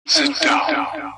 Sit down.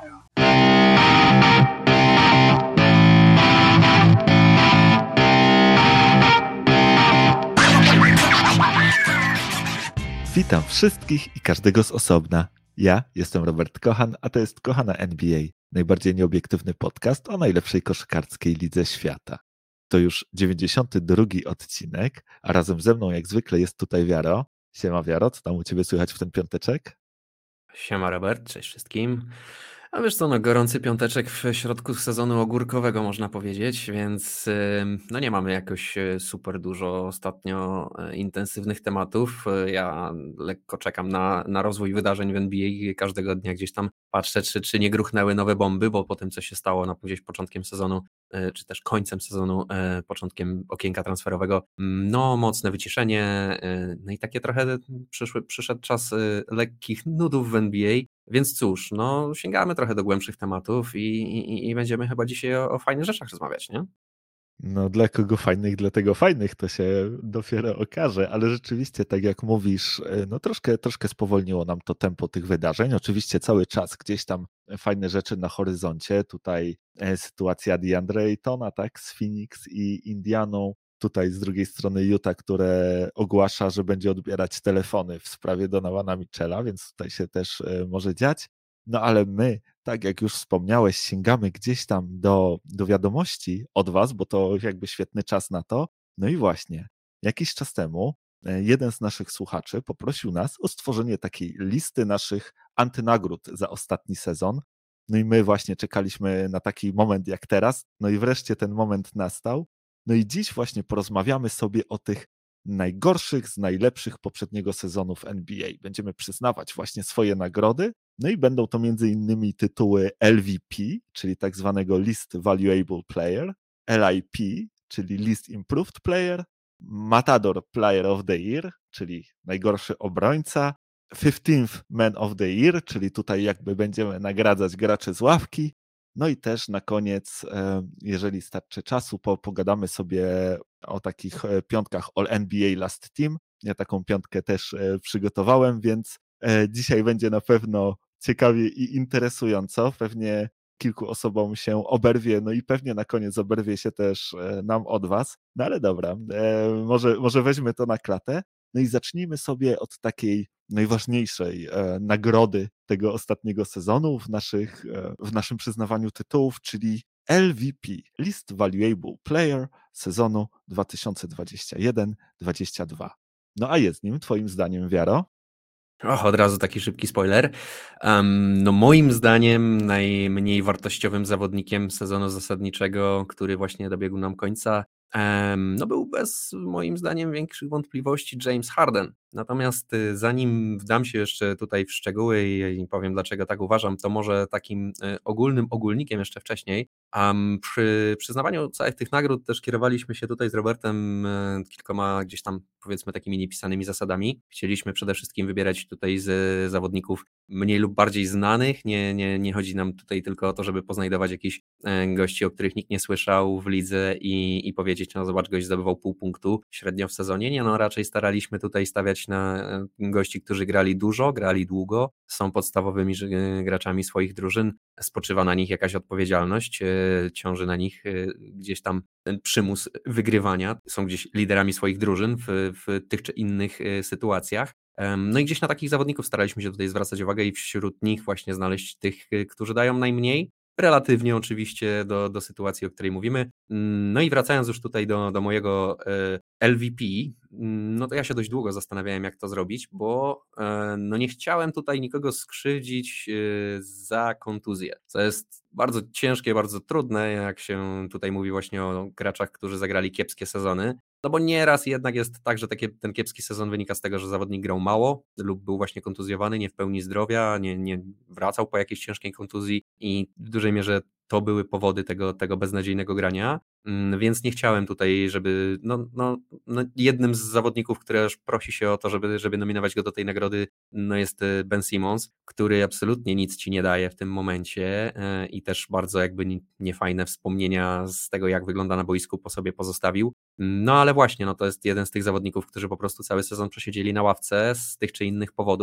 Witam wszystkich i każdego z osobna. Ja jestem Robert Kochan, a to jest Kochana NBA, najbardziej nieobiektywny podcast o najlepszej koszykarskiej lidze świata. To już 92. odcinek, a razem ze mną jak zwykle jest tutaj Wiaro. Siema Wiaro, co tam u Ciebie słychać w ten piąteczek? Siema Robert, cześć wszystkim. A wiesz co, gorący piąteczek w środku sezonu ogórkowego można powiedzieć, więc no nie mamy jakoś super dużo ostatnio intensywnych tematów. Ja lekko czekam na rozwój wydarzeń w NBA, każdego dnia gdzieś tam patrzę, czy nie gruchnęły nowe bomby, bo po tym co się stało gdzieś początkiem sezonu, czy też końcem sezonu, początkiem okienka transferowego, no mocne wyciszenie, no i takie trochę przyszedł czas lekkich nudów w NBA, więc cóż, no sięgamy trochę do głębszych tematów i będziemy chyba dzisiaj o fajnych rzeczach rozmawiać, nie? No dla kogo fajnych, dlatego fajnych, to się dopiero okaże, ale rzeczywiście, tak jak mówisz, no troszkę spowolniło nam to tempo tych wydarzeń. Oczywiście cały czas gdzieś tam fajne rzeczy na horyzoncie. Tutaj sytuacja DeAndre Aytona, tak, z Phoenix i Indianą. Tutaj z drugiej strony Utah, które ogłasza, że będzie odbierać telefony w sprawie Donowana Mitchella, więc tutaj się też może dziać. No ale my, tak jak już wspomniałeś, sięgamy gdzieś tam do wiadomości od was, bo to jakby świetny czas na to. No i właśnie, jakiś czas temu jeden z naszych słuchaczy poprosił nas o stworzenie takiej listy naszych antynagród za ostatni sezon. No i my właśnie czekaliśmy na taki moment jak teraz, no i wreszcie ten moment nastał. No i dziś właśnie porozmawiamy sobie o tych najgorszych z najlepszych poprzedniego sezonu w NBA. Będziemy przyznawać właśnie swoje nagrody, no i będą to między innymi tytuły LVP, czyli tak zwanego Least Valuable Player, LIP, czyli Least Improved Player, Matador Player of the Year, czyli najgorszy obrońca, 15th Man of the Year, czyli tutaj jakby będziemy nagradzać graczy z ławki. No i też na koniec, jeżeli starczy czasu, pogadamy sobie o takich piątkach All NBA Last Team. Ja taką piątkę też przygotowałem, więc dzisiaj będzie na pewno ciekawie i interesująco. Pewnie kilku osobom się oberwie, no i pewnie na koniec oberwie się też nam od was. No ale dobra, może weźmy to na klatę. No i zacznijmy sobie od takiej najważniejszej nagrody tego ostatniego sezonu w naszym przyznawaniu tytułów, czyli LVP, Least Valuable Player sezonu 2021-22. No a jest nim, twoim zdaniem, Wiaro? Od razu taki szybki spoiler. No moim zdaniem najmniej wartościowym zawodnikiem sezonu zasadniczego, który właśnie dobiegł nam końca, no był bez moim zdaniem większych wątpliwości James Harden. Natomiast zanim wdam się jeszcze tutaj w szczegóły i powiem dlaczego tak uważam, to może takim ogólnym ogólnikiem jeszcze wcześniej. Przy przyznawaniu całych tych nagród też kierowaliśmy się tutaj z Robertem kilkoma gdzieś tam powiedzmy takimi niepisanymi zasadami. Chcieliśmy przede wszystkim wybierać tutaj z zawodników mniej lub bardziej znanych. Nie chodzi nam tutaj tylko o to, żeby poznajdować jakichś gości, o których nikt nie słyszał w lidze i powiedzieć, no zobacz, gość zdobywał pół punktu średnio w sezonie. Nie, no raczej staraliśmy tutaj stawiać na gości, którzy grali dużo, grali długo, są podstawowymi graczami swoich drużyn, spoczywa na nich jakaś odpowiedzialność, ciąży na nich gdzieś tam ten przymus wygrywania, są gdzieś liderami swoich drużyn w tych czy innych sytuacjach. No i gdzieś na takich zawodników staraliśmy się tutaj zwracać uwagę i wśród nich właśnie znaleźć tych, którzy dają najmniej, relatywnie oczywiście do sytuacji, o której mówimy. No i wracając już tutaj do mojego LVP, no to ja się dość długo zastanawiałem, jak to zrobić, bo no nie chciałem tutaj nikogo skrzywdzić za kontuzję, co jest bardzo ciężkie, bardzo trudne, jak się tutaj mówi właśnie o graczach, którzy zagrali kiepskie sezony. No bo nieraz jednak jest tak, że ten kiepski sezon wynika z tego, że zawodnik grał mało lub był właśnie kontuzjowany, nie w pełni zdrowia, nie wracał po jakiejś ciężkiej kontuzji i w dużej mierze to były powody tego beznadziejnego grania, więc nie chciałem tutaj, żeby jednym z zawodników, który aż prosi się o to, żeby nominować go do tej nagrody, no jest Ben Simmons, który absolutnie nic ci nie daje w tym momencie i też bardzo jakby niefajne wspomnienia z tego, jak wygląda na boisku, po sobie pozostawił. No ale właśnie, no to jest jeden z tych zawodników, którzy po prostu cały sezon przesiedzieli na ławce z tych czy innych powodów.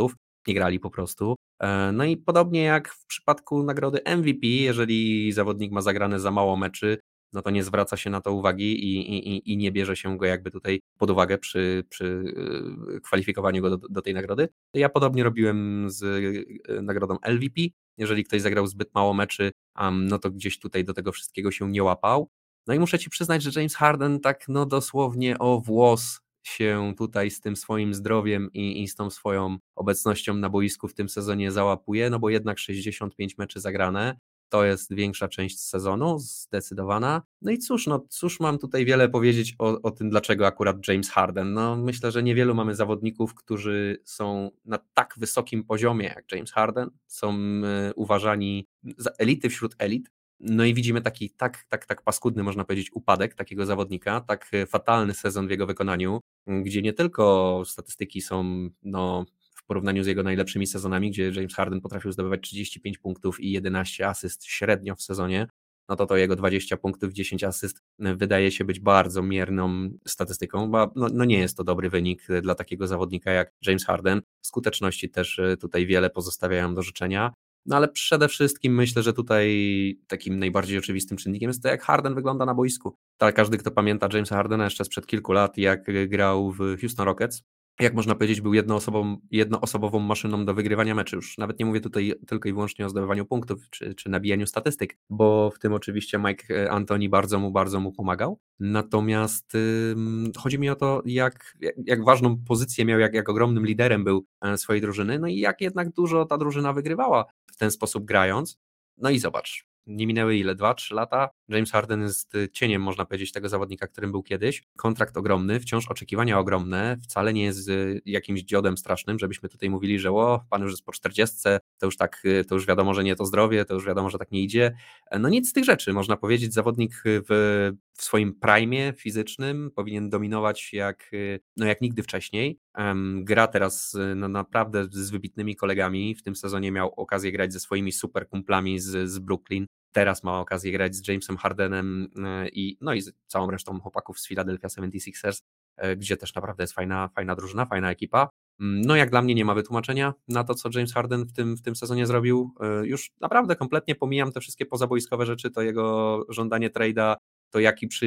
nie grali po prostu. No i podobnie jak w przypadku nagrody MVP, jeżeli zawodnik ma zagrane za mało meczy, no to nie zwraca się na to uwagi i nie bierze się go jakby tutaj pod uwagę przy kwalifikowaniu go do tej nagrody. Ja podobnie robiłem z nagrodą LVP. Jeżeli ktoś zagrał zbyt mało meczy, no to gdzieś tutaj do tego wszystkiego się nie łapał. No i muszę ci przyznać, że James Harden tak no dosłownie o włos się tutaj z tym swoim zdrowiem i z tą swoją obecnością na boisku w tym sezonie załapuje, no bo jednak 65 meczy zagrane, to jest większa część sezonu, zdecydowana. No i cóż mam tutaj wiele powiedzieć o tym, dlaczego akurat James Harden. No myślę, że niewielu mamy zawodników, którzy są na tak wysokim poziomie jak James Harden, są uważani za elity wśród elit. No i widzimy taki tak paskudny, można powiedzieć, upadek takiego zawodnika, tak fatalny sezon w jego wykonaniu, gdzie nie tylko statystyki są no, w porównaniu z jego najlepszymi sezonami, gdzie James Harden potrafił zdobywać 35 punktów i 11 asyst średnio w sezonie, no to jego 20 punktów, 10 asyst wydaje się być bardzo mierną statystyką, bo no nie jest to dobry wynik dla takiego zawodnika jak James Harden. Skuteczności też tutaj wiele pozostawiają do życzenia. No ale przede wszystkim myślę, że tutaj takim najbardziej oczywistym czynnikiem jest to, jak Harden wygląda na boisku. Tak, każdy, kto pamięta Jamesa Hardena jeszcze sprzed kilku lat, jak grał w Houston Rockets, jak można powiedzieć, był jednoosobową maszyną do wygrywania meczy. Już nawet nie mówię tutaj tylko i wyłącznie o zdobywaniu punktów czy nabijaniu statystyk, bo w tym oczywiście Mike Anthony bardzo mu pomagał. Natomiast chodzi mi o to, jak ważną pozycję miał, jak ogromnym liderem był swojej drużyny, no i jak jednak dużo ta drużyna wygrywała w ten sposób grając. No i zobacz, nie minęły ile? 2-3 lata? James Harden jest cieniem, można powiedzieć, tego zawodnika, którym był kiedyś. Kontrakt ogromny, wciąż oczekiwania ogromne, wcale nie jest jakimś dziodem strasznym, żebyśmy tutaj mówili, że pan już jest po 40, to już wiadomo, że nie to zdrowie, to już wiadomo, że tak nie idzie. No nic z tych rzeczy, można powiedzieć, zawodnik w swoim prime fizycznym powinien dominować jak nigdy wcześniej. Gra teraz no, naprawdę z wybitnymi kolegami. W tym sezonie miał okazję grać ze swoimi super kumplami z Brooklyn. Teraz ma okazję grać z Jamesem Hardenem i z całą resztą chłopaków z Philadelphia 76ers, gdzie też naprawdę jest fajna drużyna, fajna ekipa. No jak dla mnie nie ma wytłumaczenia na to, co James Harden w tym sezonie zrobił. Już naprawdę kompletnie pomijam te wszystkie pozaboiskowe rzeczy, to jego żądanie trade'a, to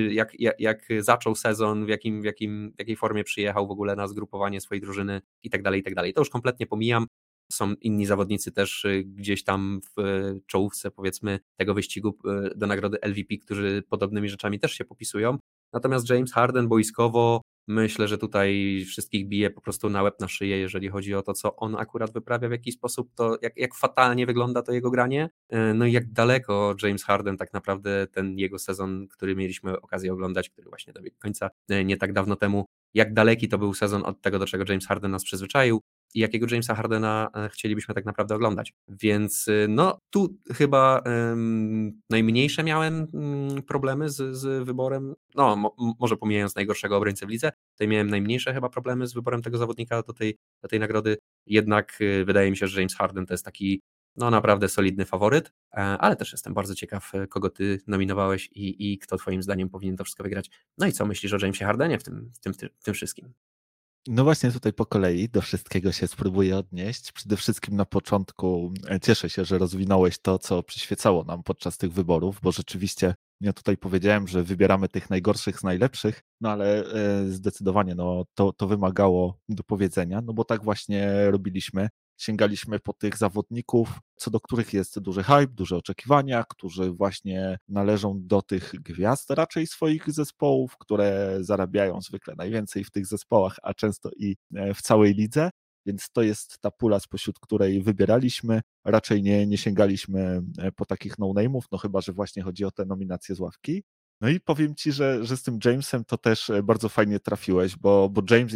jak zaczął sezon, w jakiej formie przyjechał w ogóle na zgrupowanie swojej drużyny i tak dalej, i tak dalej. To już kompletnie pomijam. Są inni zawodnicy też gdzieś tam w czołówce, powiedzmy, tego wyścigu do nagrody LVP, którzy podobnymi rzeczami też się popisują. Natomiast James Harden boiskowo, myślę, że tutaj wszystkich bije po prostu na łeb, na szyję, jeżeli chodzi o to, co on akurat wyprawia, w jaki sposób to, jak fatalnie wygląda to jego granie, no i jak daleko James Harden tak naprawdę ten jego sezon, który mieliśmy okazję oglądać, który właśnie dobiegł końca nie tak dawno temu, jak daleki to był sezon od tego, do czego James Harden nas przyzwyczaił i jakiego Jamesa Hardena chcielibyśmy tak naprawdę oglądać. Więc no tu chyba najmniejsze miałem problemy z wyborem, no może pomijając najgorszego obrońcę w lidze, tutaj miałem najmniejsze chyba problemy z wyborem tego zawodnika do tej nagrody, jednak wydaje mi się, że James Harden to jest taki no naprawdę solidny faworyt, ale też jestem bardzo ciekaw, kogo ty nominowałeś i kto twoim zdaniem powinien to wszystko wygrać. No i co myślisz o Jamesie Hardenie w tym wszystkim? No właśnie tutaj po kolei do wszystkiego się spróbuję odnieść. Przede wszystkim na początku cieszę się, że rozwinąłeś to, co przyświecało nam podczas tych wyborów, bo rzeczywiście ja tutaj powiedziałem, że wybieramy tych najgorszych z najlepszych, no ale zdecydowanie no, to wymagało dopowiedzenia, no bo tak właśnie robiliśmy. Sięgaliśmy po tych zawodników, co do których jest duży hype, duże oczekiwania, którzy właśnie należą do tych gwiazd raczej swoich zespołów, które zarabiają zwykle najwięcej w tych zespołach, a często i w całej lidze. Więc to jest ta pula, spośród której wybieraliśmy. Raczej nie sięgaliśmy po takich no-name'ów, no chyba, że właśnie chodzi o te nominacje z ławki. No i powiem ci, że z tym Jamesem to też bardzo fajnie trafiłeś, bo James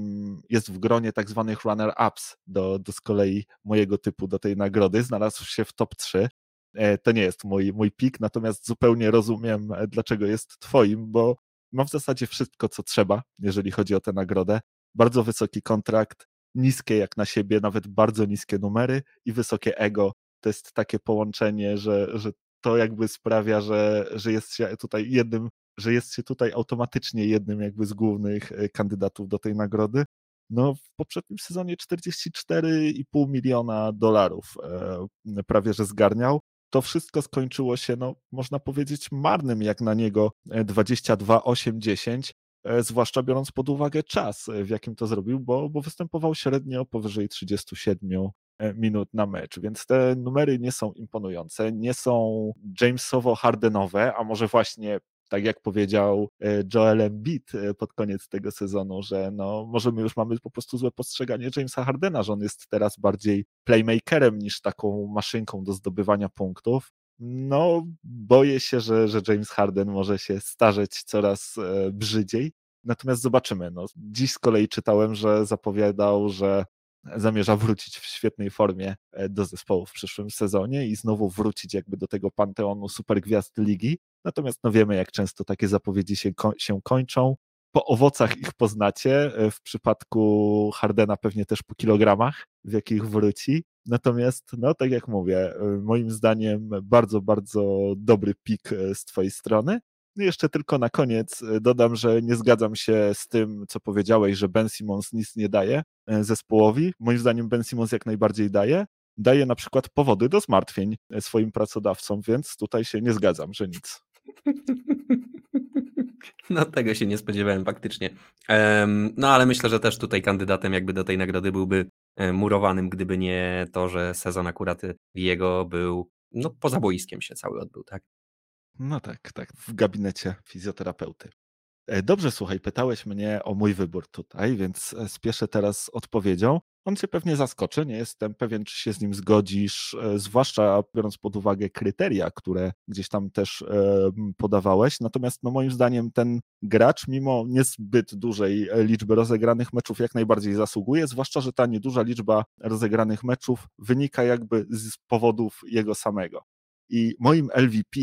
jest w gronie tak zwanych runner-ups do z kolei mojego typu do tej nagrody. Znalazł się w top 3. To nie jest mój pik, natomiast zupełnie rozumiem, dlaczego jest twoim, bo ma w zasadzie wszystko, co trzeba, jeżeli chodzi o tę nagrodę. Bardzo wysoki kontrakt, niskie jak na siebie, nawet bardzo niskie numery i wysokie ego. To jest takie połączenie, że to jakby sprawia, że jest się tutaj automatycznie jednym jakby z głównych kandydatów do tej nagrody. No, w poprzednim sezonie 44,5 miliona dolarów prawie że zgarniał. To wszystko skończyło się, no, można powiedzieć, marnym jak na niego 22, 8, 10, zwłaszcza biorąc pod uwagę czas, w jakim to zrobił, bo występował średnio powyżej 37 minut na mecz, więc te numery nie są imponujące, nie są Jamesowo-Hardenowe, a może właśnie tak jak powiedział Joel Embiid pod koniec tego sezonu, że no, może my już mamy po prostu złe postrzeganie Jamesa Hardena, że on jest teraz bardziej playmakerem niż taką maszynką do zdobywania punktów. No, boję się, że James Harden może się starzeć coraz brzydziej. Natomiast zobaczymy. No, dziś z kolei czytałem, że zapowiadał, że zamierza wrócić w świetnej formie do zespołu w przyszłym sezonie i znowu wrócić jakby do tego panteonu supergwiazd ligi. Natomiast no wiemy, jak często takie zapowiedzi się kończą. Po owocach ich poznacie. W przypadku Hardena pewnie też po kilogramach, w jakich wróci. Natomiast, no tak jak mówię, moim zdaniem bardzo, bardzo dobry pik z twojej strony. No i jeszcze tylko na koniec dodam, że nie zgadzam się z tym, co powiedziałeś, że Ben Simmons nic nie daje zespołowi. Moim zdaniem Ben Simmons jak najbardziej daje. Daje na przykład powody do zmartwień swoim pracodawcom, więc tutaj się nie zgadzam, że nic. No tego się nie spodziewałem faktycznie. No ale myślę, że też tutaj kandydatem jakby do tej nagrody byłby Murowanym, gdyby nie to, że sezon akurat jego był, no poza boiskiem się cały odbył, tak? No tak, tak, w gabinecie fizjoterapeuty. Dobrze, słuchaj, pytałeś mnie o mój wybór tutaj, więc spieszę teraz z odpowiedzią. On cię pewnie zaskoczy, nie jestem pewien, czy się z nim zgodzisz, zwłaszcza biorąc pod uwagę kryteria, które gdzieś tam też podawałeś. Natomiast no, moim zdaniem ten gracz, mimo niezbyt dużej liczby rozegranych meczów, jak najbardziej zasługuje, zwłaszcza, że ta nieduża liczba rozegranych meczów wynika jakby z powodów jego samego. I moim LVP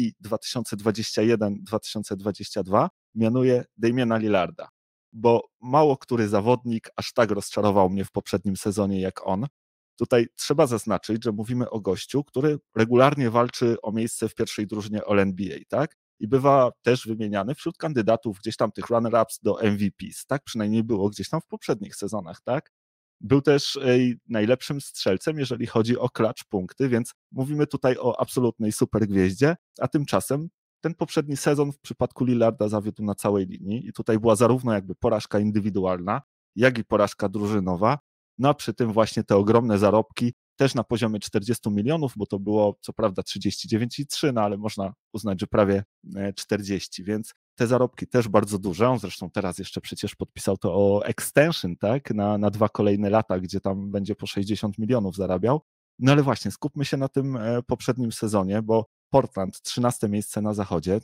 2021-2022 mianuję Damiana Lillarda, bo mało który zawodnik aż tak rozczarował mnie w poprzednim sezonie jak on. Tutaj trzeba zaznaczyć, że mówimy o gościu, który regularnie walczy o miejsce w pierwszej drużynie All-NBA, tak? I bywa też wymieniany wśród kandydatów gdzieś tam tych runner-ups do MVPs, tak? Przynajmniej było gdzieś tam w poprzednich sezonach, tak? Był też najlepszym strzelcem, jeżeli chodzi o klacz punkty, więc mówimy tutaj o absolutnej supergwieździe, a tymczasem ten poprzedni sezon w przypadku Lillarda zawiódł na całej linii i tutaj była zarówno jakby porażka indywidualna, jak i porażka drużynowa, no a przy tym właśnie te ogromne zarobki też na poziomie 40 milionów, bo to było co prawda 39,3, no ale można uznać, że prawie 40, więc te zarobki też bardzo duże. On zresztą teraz jeszcze przecież podpisał to o extension, tak, na 2 kolejne lata, gdzie tam będzie po 60 milionów zarabiał. No ale właśnie, skupmy się na tym poprzednim sezonie, bo Portland 13 miejsce na zachodzie,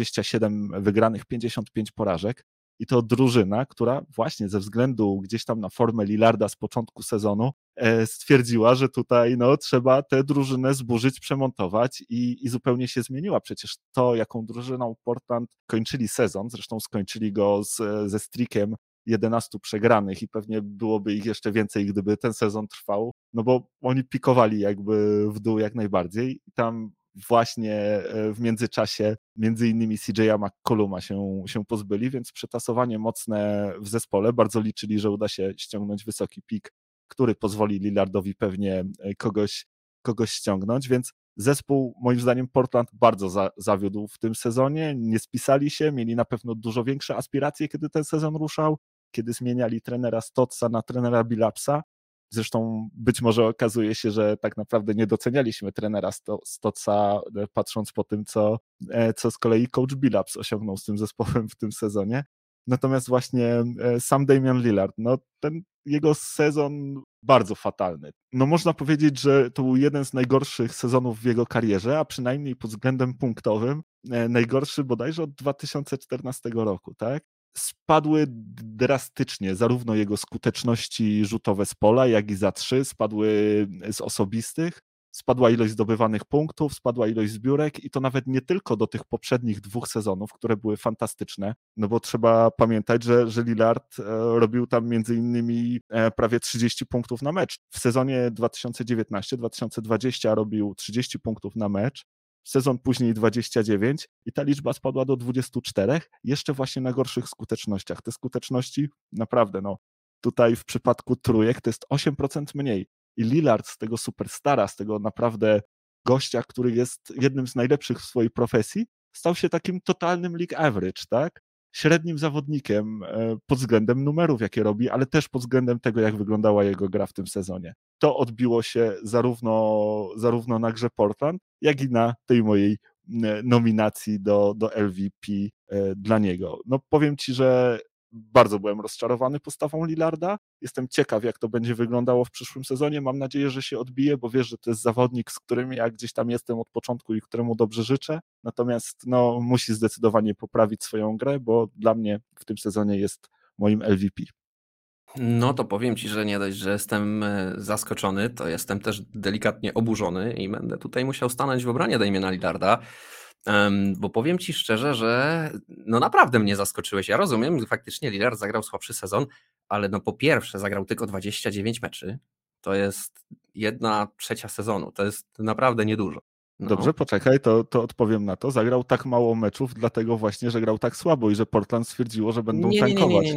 27 wygranych, 55 porażek i to drużyna, która właśnie ze względu gdzieś tam na formę Lillarda z początku sezonu stwierdziła, że tutaj no, trzeba tę drużynę zburzyć, przemontować i zupełnie się zmieniła. Przecież to, jaką drużyną Portland kończyli sezon, zresztą skończyli go ze streakiem 11 przegranych i pewnie byłoby ich jeszcze więcej, gdyby ten sezon trwał, no bo oni pikowali jakby w dół jak najbardziej i tam właśnie w międzyczasie między innymi CJ'a McColluma się pozbyli, więc przetasowanie mocne w zespole. Bardzo liczyli, że uda się ściągnąć wysoki pik, który pozwoli Lillardowi pewnie kogoś ściągnąć, więc zespół moim zdaniem Portland bardzo zawiódł w tym sezonie, nie spisali się, mieli na pewno dużo większe aspiracje, kiedy ten sezon ruszał, kiedy zmieniali trenera Stotsa na trenera Billupsa. Zresztą być może okazuje się, że tak naprawdę nie docenialiśmy trenera Stotsa, patrząc po tym, co z kolei coach Billups osiągnął z tym zespołem w tym sezonie. Natomiast właśnie sam Damian Lillard, no ten jego sezon bardzo fatalny. No można powiedzieć, że to był jeden z najgorszych sezonów w jego karierze, a przynajmniej pod względem punktowym najgorszy bodajże od 2014 roku, tak? Spadły drastycznie zarówno jego skuteczności rzutowe z pola, jak i za 3, spadły z osobistych, spadła ilość zdobywanych punktów, spadła ilość zbiórek i to nawet nie tylko do tych poprzednich 2 sezonów, które były fantastyczne, no bo trzeba pamiętać, że Lillard robił tam między innymi prawie 30 punktów na mecz. W sezonie 2019-2020 robił 30 punktów na mecz, sezon później 29 i ta liczba spadła do 24, jeszcze właśnie na gorszych skutecznościach. Te skuteczności naprawdę, no, Tutaj w przypadku trójek to jest 8% mniej. I Lillard z tego superstara, z tego naprawdę gościa, który jest jednym z najlepszych w swojej profesji, stał się takim totalnym league average, tak? Średnim zawodnikiem pod względem numerów, jakie robi, ale też pod względem tego, jak wyglądała jego gra w tym sezonie. To odbiło się zarówno na grze Portland, jak i na tej mojej nominacji do LVP dla niego. No powiem ci, że bardzo byłem rozczarowany postawą Lillarda. Jestem ciekaw, jak to będzie wyglądało w przyszłym sezonie. Mam nadzieję, że się odbije, bo wiesz, że to jest zawodnik, z którym ja gdzieś tam jestem od początku i któremu dobrze życzę. Natomiast no, musi zdecydowanie poprawić swoją grę, bo dla mnie w tym sezonie jest moim LVP. No to powiem ci, że nie dość, że jestem zaskoczony, to jestem też delikatnie oburzony i będę tutaj musiał stanąć w obronie Damiana Lillarda, bo powiem ci szczerze, że no naprawdę mnie zaskoczyłeś. Ja rozumiem, że faktycznie Lillard zagrał słabszy sezon, ale no po pierwsze zagrał tylko 29 meczy, to jest 1/3 sezonu, to jest naprawdę niedużo. Dobrze, No. poczekaj, to odpowiem na to. Zagrał tak mało meczów, dlatego właśnie, że grał tak słabo i że Portland stwierdziło, że będą tankować.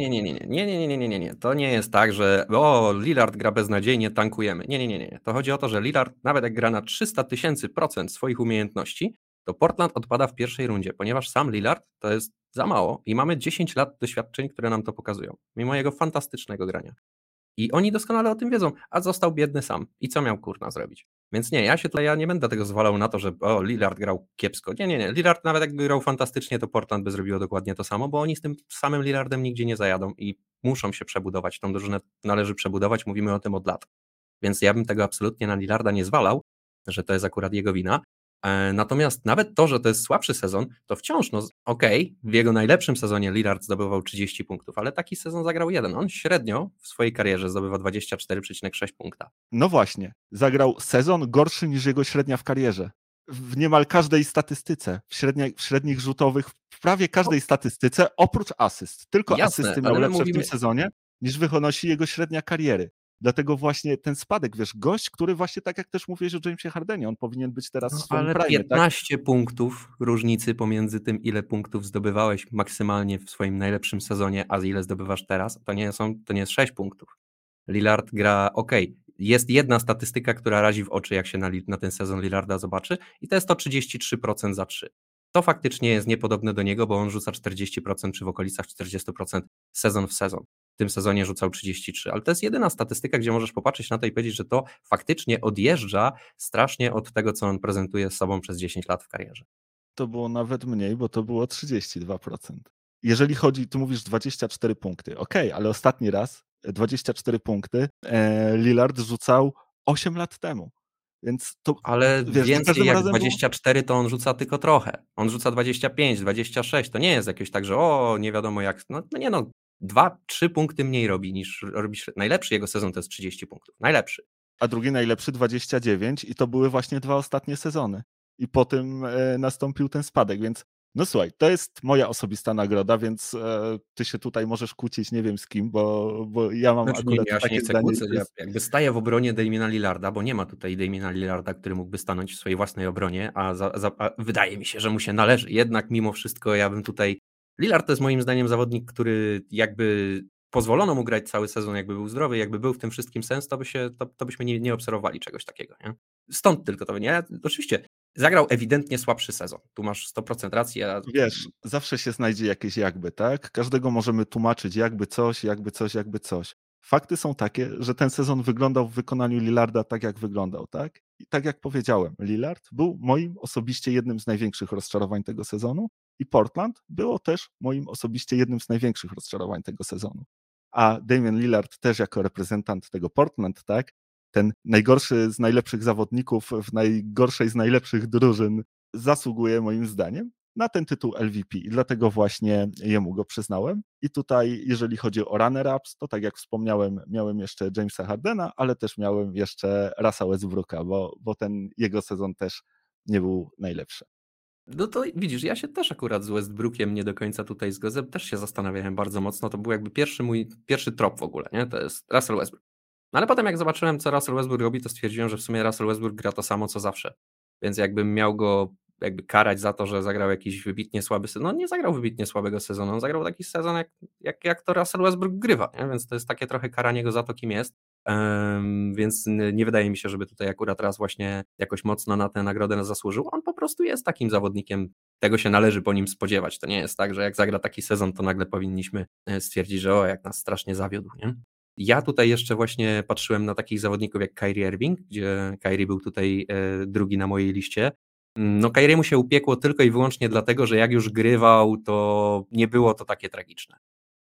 Nie. To nie jest tak, że Lillard gra beznadziejnie, tankujemy. Nie. To chodzi o to, że Lillard, nawet jak gra na 300 000% swoich umiejętności, to Portland odpada w pierwszej rundzie, ponieważ sam Lillard to jest za mało i mamy 10 lat doświadczeń, które nam to pokazują, mimo jego fantastycznego grania. I oni doskonale o tym wiedzą, a został biedny sam. I co miał kurna zrobić? Więc nie, ja nie będę tego zwalał na to, że Lillard grał kiepsko. Nie. Lillard nawet jakby grał fantastycznie, to Portland by zrobiło dokładnie to samo, bo oni z tym samym Lillardem nigdzie nie zajadą i muszą się przebudować. Tą drużynę należy przebudować, mówimy o tym od lat. Więc ja bym tego absolutnie na Lillarda nie zwalał, że to jest akurat jego wina. Natomiast nawet to, że to jest słabszy sezon, to wciąż, no okej, w jego najlepszym sezonie Lillard zdobywał 30 punktów, ale taki sezon zagrał jeden. On średnio w swojej karierze zdobywa 24,6 punkta. No właśnie, zagrał sezon gorszy niż jego średnia w karierze. W niemal każdej statystyce, w średnich rzutowych, w prawie każdej statystyce, oprócz asyst. Tylko Jasne, asysty ale miał my lepsze w tym mówimy, sezonie, niż wynosi jego średnia kariery. Dlatego właśnie ten spadek, wiesz, gość, który właśnie tak jak też mówiłeś o Jamesie Hardenie, on powinien być teraz w no swoim ale prime, tak? 15 punktów różnicy pomiędzy tym, ile punktów zdobywałeś maksymalnie w swoim najlepszym sezonie, a ile zdobywasz teraz, to nie jest 6 punktów. Lillard gra jest jedna statystyka, która razi w oczy, jak się na ten sezon Lillarda zobaczy, i to jest to 33% za 3. To faktycznie jest niepodobne do niego, bo on rzuca 40% czy w okolicach 40% sezon w sezon. W tym sezonie rzucał 33, ale to jest jedyna statystyka, gdzie możesz popatrzeć na to i powiedzieć, że to faktycznie odjeżdża strasznie od tego, co on prezentuje z sobą przez 10 lat w karierze. To było nawet mniej, bo to było 32%. Jeżeli chodzi, tu mówisz 24 punkty. Okej, ale ostatni raz 24 punkty Lillard rzucał 8 lat temu. Więc to, Ale wiesz, za więcej każdym jak razem było... 24 to on rzuca tylko trochę. On rzuca 25, 26. To nie jest jakieś tak, że nie wiadomo jak. No nie no, 2-3 punkty mniej robi niż robisz. Najlepszy jego sezon to jest 30 punktów. Najlepszy. A drugi najlepszy 29 i to były właśnie 2 ostatnie sezony. I po tym nastąpił ten spadek, więc no słuchaj, to jest moja osobista nagroda, więc ty się tutaj możesz kłócić nie wiem z kim, bo ja mam Znaczy nie, akurat ja się nie takie chcę zdanie. kłócić, ja jakby staję w obronie Damiana Lillarda, bo nie ma tutaj Damiana Lillarda, który mógłby stanąć w swojej własnej obronie, a wydaje mi się, że mu się należy. Jednak mimo wszystko ja bym tutaj... Lillard to jest moim zdaniem zawodnik, który jakby pozwolono mu grać cały sezon, jakby był zdrowy, jakby był w tym wszystkim sens, to byśmy nie obserwowali czegoś takiego. Nie? Stąd tylko to, nie? Oczywiście zagrał ewidentnie słabszy sezon. Tu masz 100% racji. Wiesz, zawsze się znajdzie jakieś jakby, tak? Każdego możemy tłumaczyć jakby coś, jakby coś, jakby coś. Fakty są takie, że ten sezon wyglądał w wykonaniu Lillarda tak, jak wyglądał, tak? I tak jak powiedziałem, Lillard był moim osobiście jednym z największych rozczarowań tego sezonu i Portland było też moim osobiście jednym z największych rozczarowań tego sezonu. A Damian Lillard też jako reprezentant tego Portland, tak? Ten najgorszy z najlepszych zawodników w najgorszej z najlepszych drużyn zasługuje moim zdaniem na ten tytuł LVP i dlatego właśnie jemu go przyznałem. I tutaj, jeżeli chodzi o runner-ups, to tak jak wspomniałem, miałem jeszcze Jamesa Hardena, ale też miałem jeszcze Russa Westbrooka, bo ten jego sezon też nie był najlepszy. No to widzisz, ja się też akurat z Westbrookiem nie do końca tutaj zgodzę, też się zastanawiałem bardzo mocno, to był jakby mój pierwszy trop w ogóle, nie? To jest Russell Westbrook. No ale potem jak zobaczyłem, co Russell Westbrook robi, to stwierdziłem, że w sumie Russell Westbrook gra to samo, co zawsze. Więc jakbym miał go jakby karać za to, że zagrał jakiś wybitnie słaby sezon. No nie zagrał wybitnie słabego sezonu, on zagrał taki sezon, jak to Russell Westbrook grywa, nie? Więc to jest takie trochę karanie go za to, kim jest. Więc nie wydaje mi się, żeby tutaj akurat raz właśnie jakoś mocno na tę nagrodę zasłużył. On po prostu jest takim zawodnikiem, tego się należy po nim spodziewać. To nie jest tak, że jak zagra taki sezon, to nagle powinniśmy stwierdzić, że jak nas strasznie zawiódł, nie? Ja tutaj jeszcze właśnie patrzyłem na takich zawodników jak Kyrie Irving, gdzie Kyrie był tutaj drugi na mojej liście. No Kyriemu się upiekło tylko i wyłącznie dlatego, że jak już grywał, to nie było to takie tragiczne.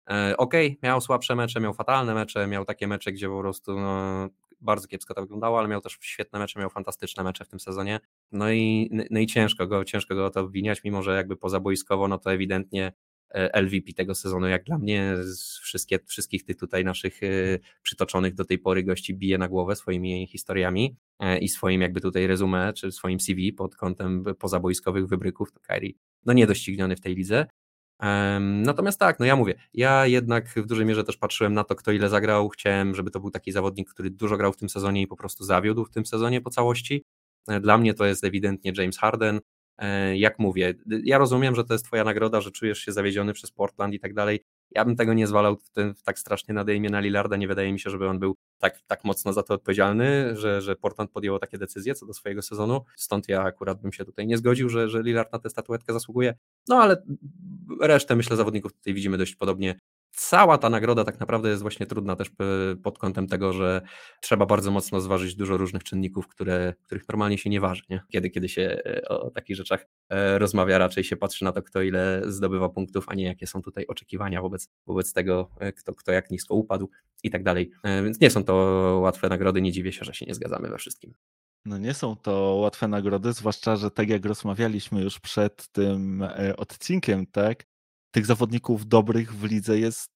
Okej, miał słabsze mecze, miał fatalne mecze, miał takie mecze, gdzie po prostu bardzo kiepsko to wyglądało, ale miał też świetne mecze, miał fantastyczne mecze w tym sezonie. No i ciężko go o to obwiniać, mimo że jakby pozaboiskowo, no to ewidentnie LVP tego sezonu, jak dla mnie, z wszystkich tych tutaj naszych przytoczonych do tej pory gości bije na głowę swoimi historiami i swoim jakby tutaj resume, czy swoim CV pod kątem pozaboiskowych wybryków, to Kyrie no niedościgniony w tej lidze. Natomiast tak, no ja mówię, ja jednak w dużej mierze też patrzyłem na to, kto ile zagrał, chciałem, żeby to był taki zawodnik, który dużo grał w tym sezonie i po prostu zawiódł w tym sezonie po całości. Dla mnie to jest ewidentnie James Harden. Jak mówię, ja rozumiem, że to jest twoja nagroda, że czujesz się zawiedziony przez Portland i tak dalej. Ja bym tego nie zwalał tak strasznie na Damiana Lillarda, nie wydaje mi się, żeby on był tak mocno za to odpowiedzialny, że Portland podjęło takie decyzje co do swojego sezonu, stąd ja akurat bym się tutaj nie zgodził, że Lillard na tę statuetkę zasługuje, no ale resztę myślę zawodników tutaj widzimy dość podobnie. Cała ta nagroda tak naprawdę jest właśnie trudna też pod kątem tego, że trzeba bardzo mocno zważyć dużo różnych czynników, których normalnie się nie waży, nie? Kiedy się o takich rzeczach rozmawia, raczej się patrzy na to, kto ile zdobywa punktów, a nie jakie są tutaj oczekiwania wobec tego, kto jak nisko upadł i tak dalej. Więc nie są to łatwe nagrody, nie dziwię się, że się nie zgadzamy we wszystkim. No nie są to łatwe nagrody, zwłaszcza, że tak jak rozmawialiśmy już przed tym odcinkiem, tak, tych zawodników dobrych w lidze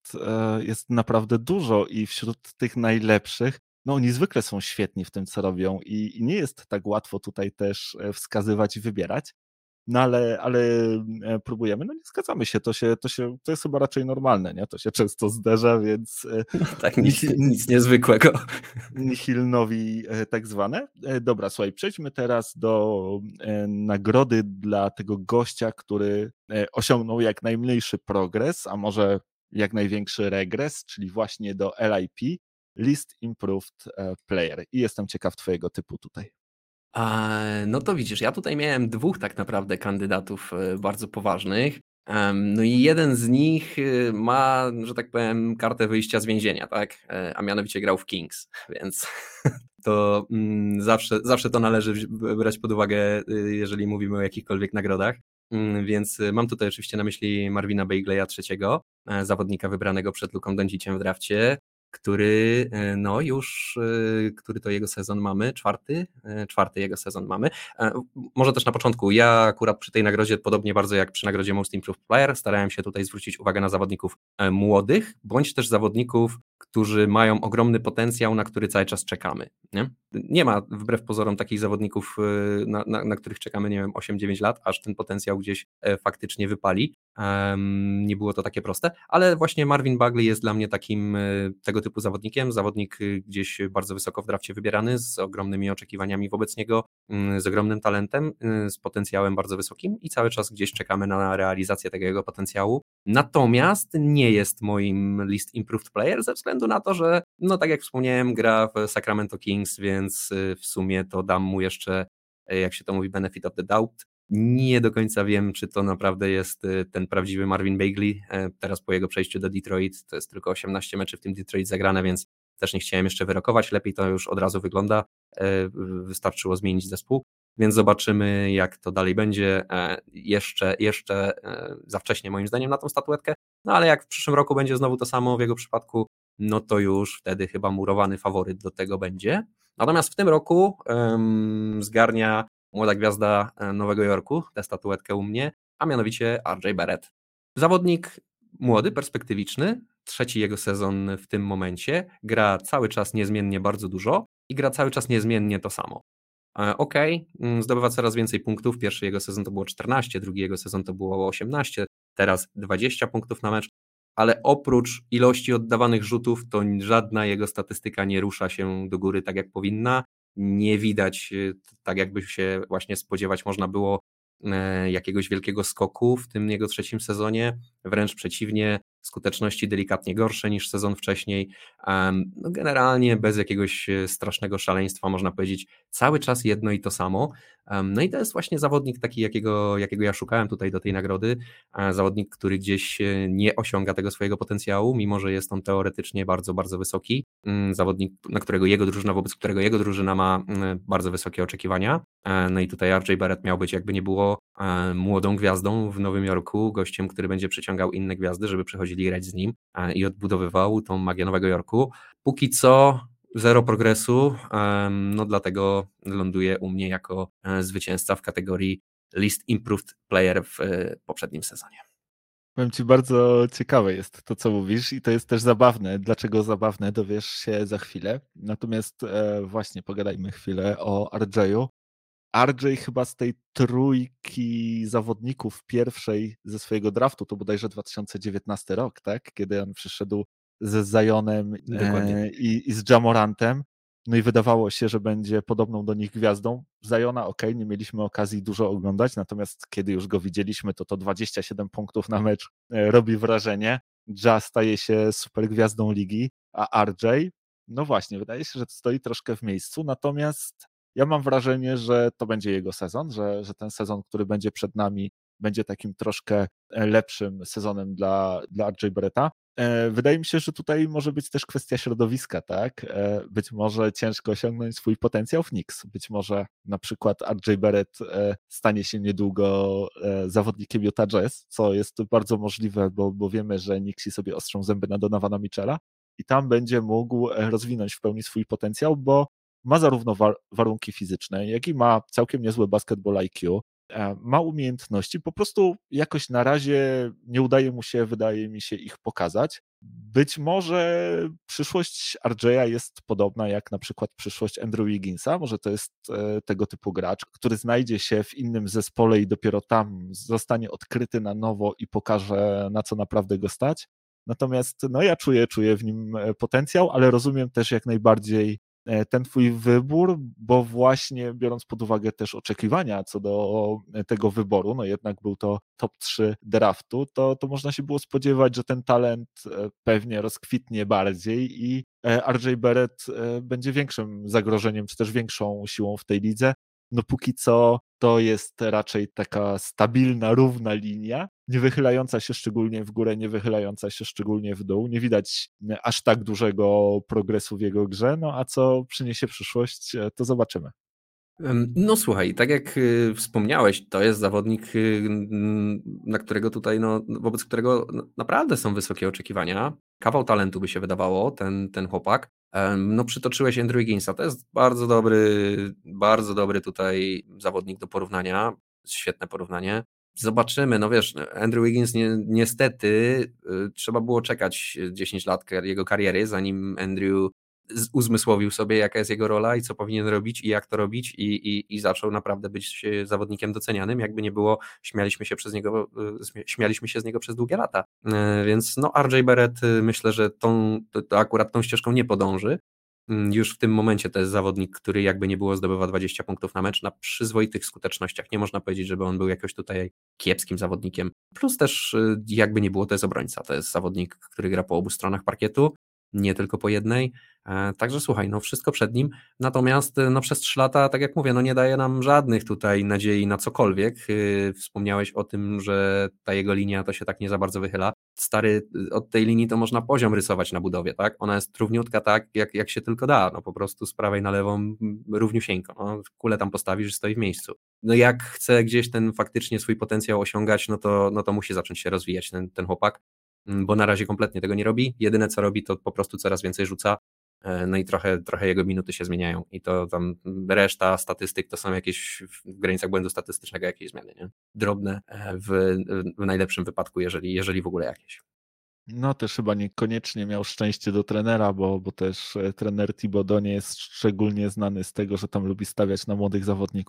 jest naprawdę dużo i wśród tych najlepszych, no oni zwykle są świetni w tym, co robią i nie jest tak łatwo tutaj też wskazywać i wybierać. No ale próbujemy, no nie zgadzamy się, to jest chyba raczej normalne, nie? To się często zdarza, więc No tak, nic niezwykłego. Nihilnowi tak zwane. Dobra, słuchaj, przejdźmy teraz do nagrody dla tego gościa, który osiągnął jak najmniejszy progres, a może jak największy regres, czyli właśnie do LIP, Least Improved Player. I jestem ciekaw twojego typu tutaj. No to widzisz, ja tutaj miałem dwóch tak naprawdę kandydatów bardzo poważnych. No i jeden z nich ma, że tak powiem, kartę wyjścia z więzienia, tak? A mianowicie grał w Kings, więc to zawsze to należy brać pod uwagę, jeżeli mówimy o jakichkolwiek nagrodach. Więc mam tutaj oczywiście na myśli Marvina Bagleya III, zawodnika wybranego przed Luką Donciciem w drafcie, który który to jego sezon mamy, czwarty jego sezon mamy. Może też na początku, ja akurat przy tej nagrodzie, podobnie bardzo jak przy nagrodzie Most Improved Player, starałem się tutaj zwrócić uwagę na zawodników młodych, bądź też zawodników, którzy mają ogromny potencjał, na który cały czas czekamy. Nie ma wbrew pozorom takich zawodników, na których czekamy, nie wiem, 8-9 lat, aż ten potencjał gdzieś faktycznie wypali. Nie było to takie proste, ale właśnie Marvin Bagley jest dla mnie takim tego typu zawodnikiem, zawodnik gdzieś bardzo wysoko w drafcie wybierany, z ogromnymi oczekiwaniami wobec niego, z ogromnym talentem, z potencjałem bardzo wysokim i cały czas gdzieś czekamy na realizację tego jego potencjału. Natomiast nie jest moim Least Improved Player ze względu na to, że no tak jak wspomniałem, gra w Sacramento Kings, więc w sumie to dam mu jeszcze, jak się to mówi, benefit of the doubt. Nie do końca wiem, czy to naprawdę jest ten prawdziwy Marvin Bagley. Teraz po jego przejściu do Detroit to jest tylko 18 meczy w tym Detroit zagrane, więc też nie chciałem jeszcze wyrokować. Lepiej to już od razu wygląda. Wystarczyło zmienić zespół, więc zobaczymy, jak to dalej będzie. Jeszcze za wcześnie moim zdaniem na tą statuetkę, no ale jak w przyszłym roku będzie znowu to samo w jego przypadku, no to już wtedy chyba murowany faworyt do tego będzie. Natomiast w tym roku zgarnia młoda gwiazda Nowego Jorku tę statuetkę u mnie, a mianowicie RJ Barrett. Zawodnik młody, perspektywiczny, trzeci jego sezon w tym momencie, gra cały czas niezmiennie bardzo dużo i gra cały czas niezmiennie to samo. Zdobywa coraz więcej punktów, pierwszy jego sezon to było 14, drugi jego sezon to było 18, teraz 20 punktów na mecz, ale oprócz ilości oddawanych rzutów to żadna jego statystyka nie rusza się do góry tak jak powinna. Nie widać, tak jakby się właśnie spodziewać można było, jakiegoś wielkiego skoku w tym jego trzecim sezonie, wręcz przeciwnie, skuteczności delikatnie gorsze niż sezon wcześniej. No generalnie bez jakiegoś strasznego szaleństwa, można powiedzieć, cały czas jedno i to samo. No i to jest właśnie zawodnik taki, jakiego ja szukałem tutaj do tej nagrody. Zawodnik, który gdzieś nie osiąga tego swojego potencjału, mimo że jest on teoretycznie bardzo, bardzo wysoki. Zawodnik, wobec którego jego drużyna ma bardzo wysokie oczekiwania. No i tutaj RJ Barrett miał być, jakby nie było, młodą gwiazdą w Nowym Jorku, gościem, który będzie przyciągał inne gwiazdy, żeby przychodzili grać z nim i odbudowywał tą magię Nowego Jorku. Póki co zero progresu, no dlatego ląduje u mnie jako zwycięzca w kategorii Least Improved Player w poprzednim sezonie. Powiem ci, bardzo ciekawe jest to, co mówisz i to jest też zabawne. Dlaczego zabawne, dowiesz się za chwilę. Natomiast właśnie pogadajmy chwilę o RJ-u. RJ chyba z tej trójki zawodników pierwszej ze swojego draftu, to bodajże 2019 rok, tak? Kiedy on przyszedł ze Zionem Dokładnie. i z Jamorantem. No i wydawało się, że będzie podobną do nich gwiazdą. Ziona, nie mieliśmy okazji dużo oglądać, natomiast kiedy już go widzieliśmy, to 27 punktów na mecz robi wrażenie. Ja staje się super gwiazdą ligi, a RJ, no właśnie, wydaje się, że stoi troszkę w miejscu, natomiast ja mam wrażenie, że to będzie jego sezon, że ten sezon, który będzie przed nami, będzie takim troszkę lepszym sezonem dla RJ Barretta. Wydaje mi się, że tutaj może być też kwestia środowiska, tak? Być może ciężko osiągnąć swój potencjał w Knicks. Być może na przykład RJ Barrett stanie się niedługo zawodnikiem Utah Jazz, co jest bardzo możliwe, bo wiemy, że Knicksi sobie ostrzą zęby na Donowana Mitchella i tam będzie mógł rozwinąć w pełni swój potencjał, bo ma zarówno warunki fizyczne, jak i ma całkiem niezłe basketball IQ, ma umiejętności, po prostu jakoś na razie nie udaje mu się, wydaje mi się, ich pokazać. Być może przyszłość RJ'a jest podobna jak na przykład przyszłość Andrew Wigginsa, może to jest tego typu gracz, który znajdzie się w innym zespole i dopiero tam zostanie odkryty na nowo i pokaże, na co naprawdę go stać. Natomiast no ja czuję w nim potencjał, ale rozumiem też jak najbardziej ten twój wybór, bo właśnie biorąc pod uwagę też oczekiwania co do tego wyboru, no jednak był to top 3 draftu, to można się było spodziewać, że ten talent pewnie rozkwitnie bardziej i RJ Barrett będzie większym zagrożeniem, czy też większą siłą w tej lidze. No póki co to jest raczej taka stabilna, równa linia, nie wychylająca się szczególnie w górę, nie wychylająca się szczególnie w dół. Nie widać aż tak dużego progresu w jego grze, no a co przyniesie przyszłość, to zobaczymy. No słuchaj, tak jak wspomniałeś, to jest zawodnik, na którego tutaj, no, wobec którego naprawdę są wysokie oczekiwania. Kawał talentu by się wydawało, ten chłopak. No przytoczyłeś Andrew Wigginsa, to jest bardzo dobry tutaj zawodnik do porównania, świetne porównanie. Zobaczymy, no wiesz, Andrew Wiggins niestety trzeba było czekać 10 lat jego kariery, zanim Andrew uzmysłowił sobie, jaka jest jego rola i co powinien robić i jak to robić i zaczął naprawdę być zawodnikiem docenianym. Jakby nie było, śmialiśmy się z niego przez długie lata. Więc no RJ Barrett myślę, że akurat tą ścieżką nie podąży. Już w tym momencie to jest zawodnik, który jakby nie było zdobywa 20 punktów na mecz na przyzwoitych skutecznościach. Nie można powiedzieć, żeby on był jakoś tutaj kiepskim zawodnikiem. Plus też jakby nie było, to jest obrońca. To jest zawodnik, który gra po obu stronach parkietu, nie tylko po jednej. Także słuchaj, no wszystko przed nim. Natomiast no przez 3 lata, tak jak mówię, no nie daje nam żadnych tutaj nadziei na cokolwiek. Wspomniałeś o tym, że ta jego linia to się tak nie za bardzo wychyla. Stary, od tej linii to można poziom rysować na budowie, tak? Ona jest równiutka tak, jak się tylko da. No po prostu z prawej na lewą równiusieńko. No, kulę tam postawisz i stoi w miejscu. No jak chce gdzieś ten faktycznie swój potencjał osiągać, no to musi zacząć się rozwijać ten chłopak, bo na razie kompletnie tego nie robi. Jedyne co robi, to po prostu coraz więcej rzuca, no i trochę jego minuty się zmieniają i to tam reszta statystyk to są jakieś w granicach błędu statystycznego jakieś zmiany, nie? Drobne w najlepszym wypadku, jeżeli w ogóle jakieś. No też chyba niekoniecznie miał szczęście do trenera, bo też trener Thibodeau nie jest szczególnie znany z tego, że tam lubi stawiać na młodych zawodników.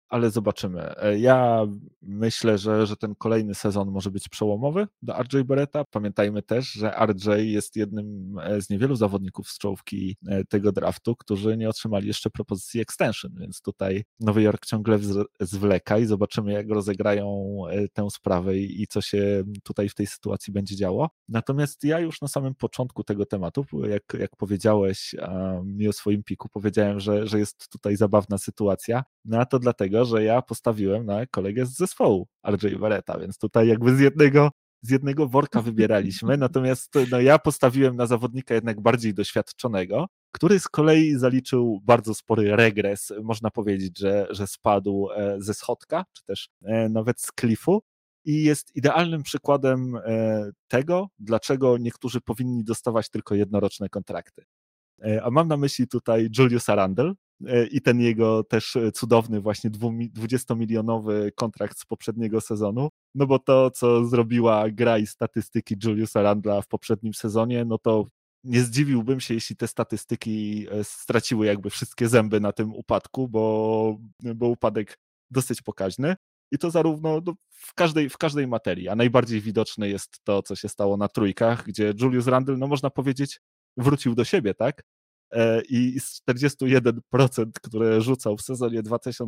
ale zobaczymy. Ja myślę, że ten kolejny sezon może być przełomowy dla RJ Barretta. Pamiętajmy też, że RJ jest jednym z niewielu zawodników z czołówki tego draftu, którzy nie otrzymali jeszcze propozycji extension, więc tutaj Nowy Jork ciągle zwleka i zobaczymy, jak rozegrają tę sprawę i co się tutaj w tej sytuacji będzie działo. Natomiast ja już na samym początku tego tematu, jak powiedziałeś mi o swoim piku, powiedziałem, że jest tutaj zabawna sytuacja, no a to dlatego, że ja postawiłem na kolegę z zespołu RJ Barretta, więc tutaj jakby z jednego worka wybieraliśmy, natomiast no, ja postawiłem na zawodnika jednak bardziej doświadczonego, który z kolei zaliczył bardzo spory regres, można powiedzieć, że spadł ze schodka, czy też nawet z klifu i jest idealnym przykładem tego, dlaczego niektórzy powinni dostawać tylko jednoroczne kontrakty. A mam na myśli tutaj Juliusa Randle i ten jego też cudowny właśnie 20-milionowy kontrakt z poprzedniego sezonu, no bo to, co zrobiła gra i statystyki Juliusa Randla w poprzednim sezonie, no to nie zdziwiłbym się, jeśli te statystyki straciły jakby wszystkie zęby na tym upadku, bo upadek dosyć pokaźny. I to zarówno w każdej materii, a najbardziej widoczne jest to, co się stało na trójkach, gdzie Julius Randle, no można powiedzieć, wrócił do siebie, tak? I z 41%, które rzucał w sezonie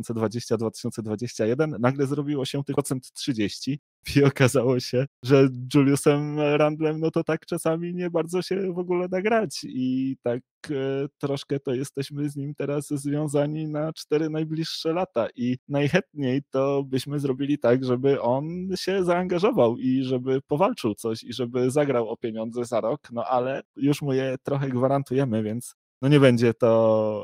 2020-2021, nagle zrobiło się tylko 30% i okazało się, że Juliusem Randlem, no to tak czasami nie bardzo się w ogóle da grać i tak troszkę to jesteśmy z nim teraz związani na 4 najbliższe lata i najchętniej to byśmy zrobili tak, żeby on się zaangażował i żeby powalczył coś i żeby zagrał o pieniądze za rok, no ale już mu je trochę gwarantujemy, więc no nie będzie to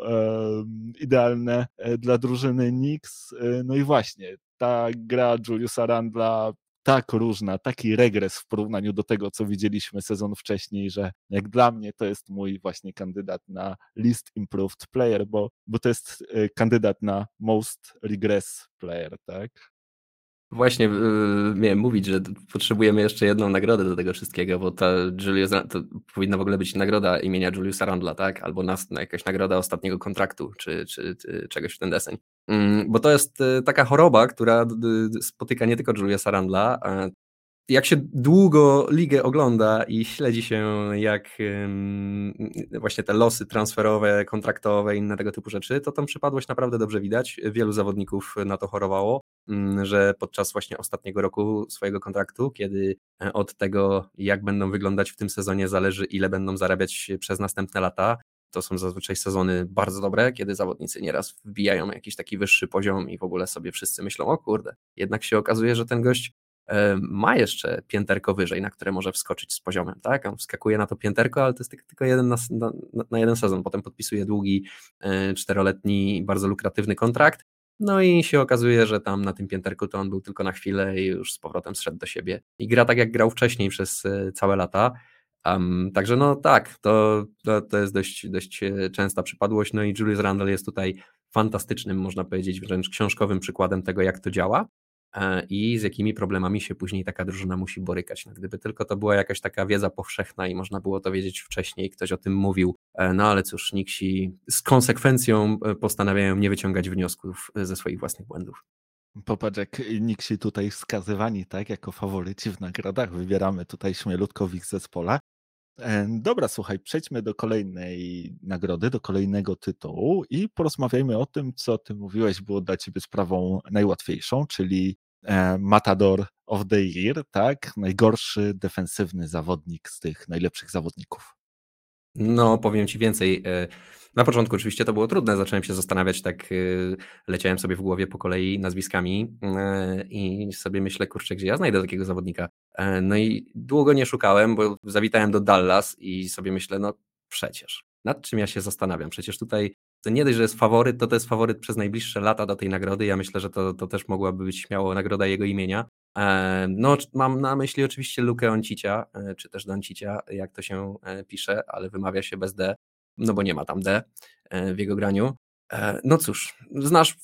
idealne dla drużyny Knicks. No i właśnie, ta gra Juliusa Randla tak różna, taki regres w porównaniu do tego, co widzieliśmy sezon wcześniej, że jak dla mnie to jest mój właśnie kandydat na Least Improved Player, bo to jest kandydat na Most Regress Player, tak? Właśnie miałem mówić, że potrzebujemy jeszcze jedną nagrodę do tego wszystkiego, bo to powinna w ogóle być nagroda imienia Juliusa Randla, tak? Albo jakaś nagroda ostatniego kontraktu, czy czegoś w ten deseń. Bo to jest taka choroba, która spotyka nie tylko Juliusa Randla. Jak się długo ligę ogląda i śledzi się, jak właśnie te losy transferowe, kontraktowe i inne tego typu rzeczy, to tą przypadłość naprawdę dobrze widać. Wielu zawodników na to chorowało, że podczas właśnie ostatniego roku swojego kontraktu, kiedy od tego, jak będą wyglądać w tym sezonie, zależy, ile będą zarabiać przez następne lata. To są zazwyczaj sezony bardzo dobre, kiedy zawodnicy nieraz wbijają jakiś taki wyższy poziom i w ogóle sobie wszyscy myślą, o kurde, jednak się okazuje, że ten gość ma jeszcze pięterko wyżej, na które może wskoczyć z poziomem, tak? On wskakuje na to pięterko, ale to jest tylko jeden na jeden sezon, potem podpisuje długi, 4-letni, bardzo lukratywny kontrakt, no i się okazuje, że tam na tym pięterku to on był tylko na chwilę i już z powrotem zszedł do siebie. I gra tak, jak grał wcześniej przez całe lata. Także no tak, to jest dość częsta przypadłość, no i Julius Randle jest tutaj fantastycznym, można powiedzieć, wręcz książkowym przykładem tego, jak to działa i z jakimi problemami się później taka drużyna musi borykać. No, gdyby tylko to była jakaś taka wiedza powszechna i można było to wiedzieć wcześniej, ktoś o tym mówił, no ale cóż, Knicksi z konsekwencją postanawiają nie wyciągać wniosków ze swoich własnych błędów. Popatrz, jak Knicksi tutaj wskazywani, tak, jako faworyci w nagrodach, wybieramy tutaj śmielutko w ich zespole. Dobra, słuchaj, przejdźmy do kolejnej nagrody, do kolejnego tytułu i porozmawiajmy o tym, co ty mówiłeś, było dla ciebie sprawą najłatwiejszą, czyli Matador of the Year, tak? Najgorszy defensywny zawodnik z tych najlepszych zawodników. No, powiem ci więcej. Na początku oczywiście to było trudne, zacząłem się zastanawiać, tak leciałem sobie w głowie po kolei nazwiskami i sobie myślę, kurczę, gdzie ja znajdę takiego zawodnika. No i długo nie szukałem, bo zawitałem do Dallas i sobie myślę, no przecież, nad czym ja się zastanawiam? Przecież tutaj to nie dość, że jest faworyt, to jest faworyt przez najbliższe lata do tej nagrody. Ja myślę, że to też mogłaby być śmiało nagroda jego imienia. No, mam na myśli oczywiście Lukę Doncicia, czy też Doncicia, jak to się pisze, ale wymawia się bez D, no bo nie ma tam D w jego graniu. No cóż, znasz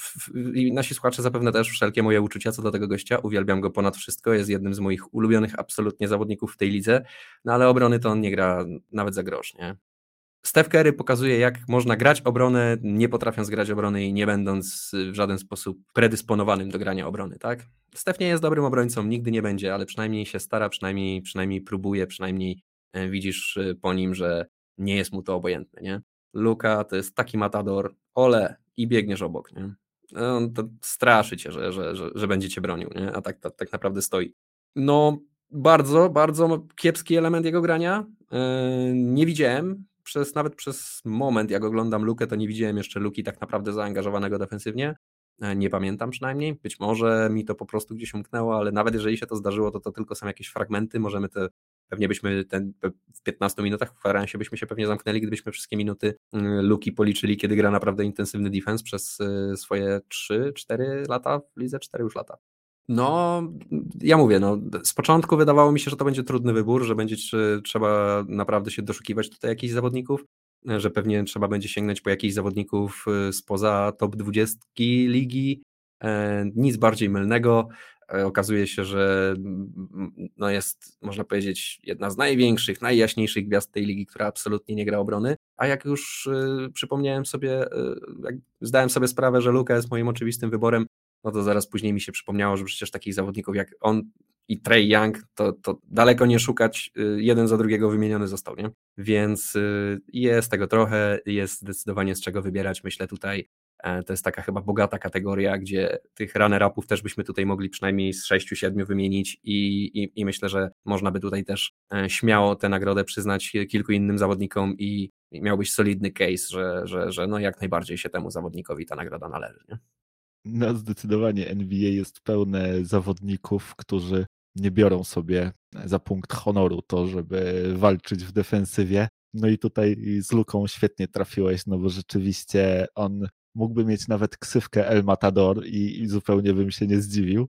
i nasi słuchacze zapewne też wszelkie moje uczucia co do tego gościa, uwielbiam go ponad wszystko, jest jednym z moich ulubionych absolutnie zawodników w tej lidze, no ale obrony to on nie gra nawet za grosz, nie? Steph Curry pokazuje, jak można grać obronę, nie potrafiąc grać obrony i nie będąc w żaden sposób predysponowanym do grania obrony, tak? Steph nie jest dobrym obrońcą, nigdy nie będzie, ale przynajmniej się stara, przynajmniej próbuje, przynajmniej widzisz po nim, że nie jest mu to obojętne, nie? Luka to jest taki matador, ole i biegniesz obok, nie? On to straszy cię, że będzie cię bronił, nie? A tak naprawdę stoi. No, bardzo, bardzo kiepski element jego grania. Nie widziałem, nawet przez moment, jak oglądam Lukę, to nie widziałem jeszcze Luki tak naprawdę zaangażowanego defensywnie. Nie pamiętam przynajmniej. Być może mi to po prostu gdzieś umknęło, ale nawet jeżeli się to zdarzyło, to tylko są jakieś fragmenty. Pewnie byśmy w 15 minutach w kwaransie byśmy się pewnie zamknęli, gdybyśmy wszystkie minuty Luki policzyli, kiedy gra naprawdę intensywny defense przez swoje 3-4 lata w lidze, 4 już lata. No, ja mówię, z początku wydawało mi się, że to będzie trudny wybór, że będzie trzeba naprawdę się doszukiwać tutaj jakichś zawodników, że pewnie trzeba będzie sięgnąć po jakichś zawodników spoza top 20 ligi. Nic bardziej mylnego. Okazuje się, że jest, można powiedzieć, jedna z największych, najjaśniejszych gwiazd tej ligi, która absolutnie nie gra obrony. A jak już przypomniałem sobie, jak zdałem sobie sprawę, że Luka jest moim oczywistym wyborem, no to zaraz później mi się przypomniało, że przecież takich zawodników jak on i Trae Young, to daleko nie szukać, jeden za drugiego wymieniony został, nie? Więc jest tego trochę, jest zdecydowanie z czego wybierać, myślę tutaj. To jest taka chyba bogata kategoria, gdzie tych runner-upów też byśmy tutaj mogli przynajmniej z 6-7 wymienić i myślę, że można by tutaj też śmiało tę nagrodę przyznać kilku innym zawodnikom i miałbyś solidny case, że no jak najbardziej się temu zawodnikowi ta nagroda należy, nie? No zdecydowanie NBA jest pełne zawodników, którzy nie biorą sobie za punkt honoru to, żeby walczyć w defensywie. No i tutaj z Luką świetnie trafiłeś, no bo rzeczywiście on mógłby mieć nawet ksywkę El Matador i zupełnie bym się nie zdziwił.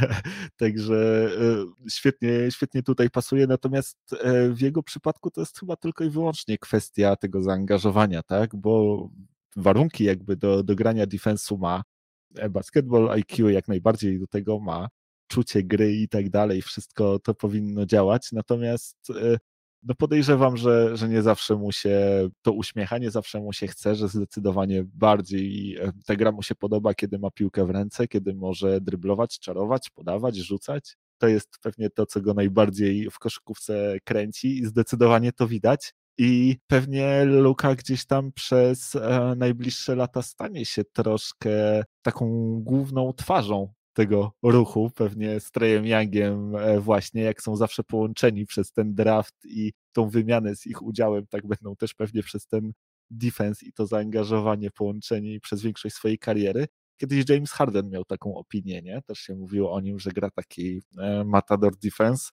Także świetnie tutaj pasuje, natomiast w jego przypadku to jest chyba tylko i wyłącznie kwestia tego zaangażowania, tak? Bo warunki jakby do grania defensu ma, basketball IQ jak najbardziej do tego ma, czucie gry i tak dalej, wszystko to powinno działać, natomiast no podejrzewam, że nie zawsze mu się to uśmiecha, nie zawsze mu się chce, że zdecydowanie bardziej ta gra mu się podoba, kiedy ma piłkę w ręce, kiedy może dryblować, czarować, podawać, rzucać. To jest pewnie to, co go najbardziej w koszykówce kręci i zdecydowanie to widać. I pewnie Luka gdzieś tam przez najbliższe lata stanie się troszkę taką główną twarzą tego ruchu, pewnie z Trae'em Youngiem właśnie, jak są zawsze połączeni przez ten draft i tą wymianę z ich udziałem, tak będą też pewnie przez ten defense i to zaangażowanie połączeni przez większość swojej kariery. Kiedyś James Harden miał taką opinię, nie? Też się mówiło o nim, że gra taki matador defense.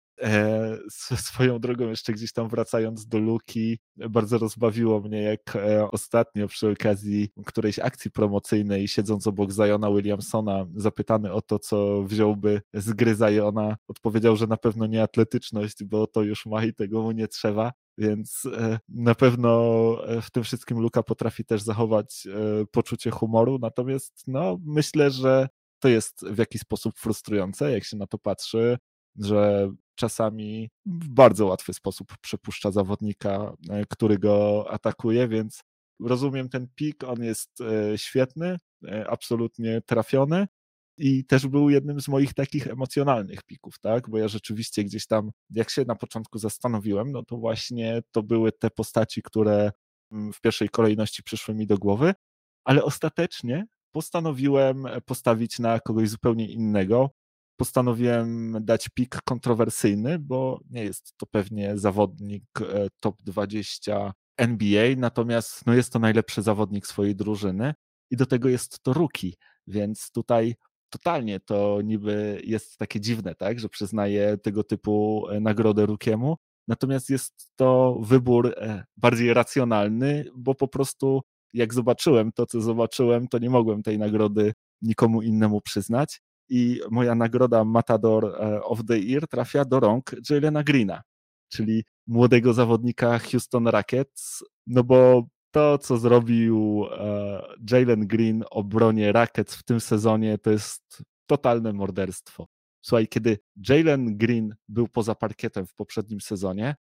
Swoją drogą jeszcze gdzieś tam wracając do Luki, bardzo rozbawiło mnie, jak ostatnio przy okazji którejś akcji promocyjnej, siedząc obok Ziona Williamsona, zapytany o to, co wziąłby z gry Ziona, odpowiedział, że na pewno nie atletyczność, bo to już ma i tego mu nie trzeba. Więc na pewno w tym wszystkim Luka potrafi też zachować poczucie humoru, natomiast no, myślę, że to jest w jakiś sposób frustrujące, jak się na to patrzy, że czasami w bardzo łatwy sposób przepuszcza zawodnika, który go atakuje, więc rozumiem ten pik, on jest świetny, absolutnie trafiony i też był jednym z moich takich emocjonalnych pików, tak, bo ja rzeczywiście gdzieś tam, jak się na początku zastanowiłem, no to właśnie to były te postaci, które w pierwszej kolejności przyszły mi do głowy, ale ostatecznie postanowiłem postawić na kogoś zupełnie innego. Postanowiłem dać pik kontrowersyjny, bo nie jest to pewnie zawodnik top 20 NBA, natomiast no jest to najlepszy zawodnik swojej drużyny i do tego jest to rookie, więc tutaj totalnie to niby jest takie dziwne, tak, że przyznaję tego typu nagrodę rookiemu, natomiast jest to wybór bardziej racjonalny, bo po prostu jak zobaczyłem to, co zobaczyłem, to nie mogłem tej nagrody nikomu innemu przyznać i moja nagroda Matador of the Year trafia do rąk Jalena Greena, czyli młodego zawodnika Houston Rockets, no bo to, co zrobił Jalen Green obronie Rockets w tym sezonie, to jest totalne morderstwo. Słuchaj, kiedy Jalen Green był poza parkietem w poprzednim sezonie,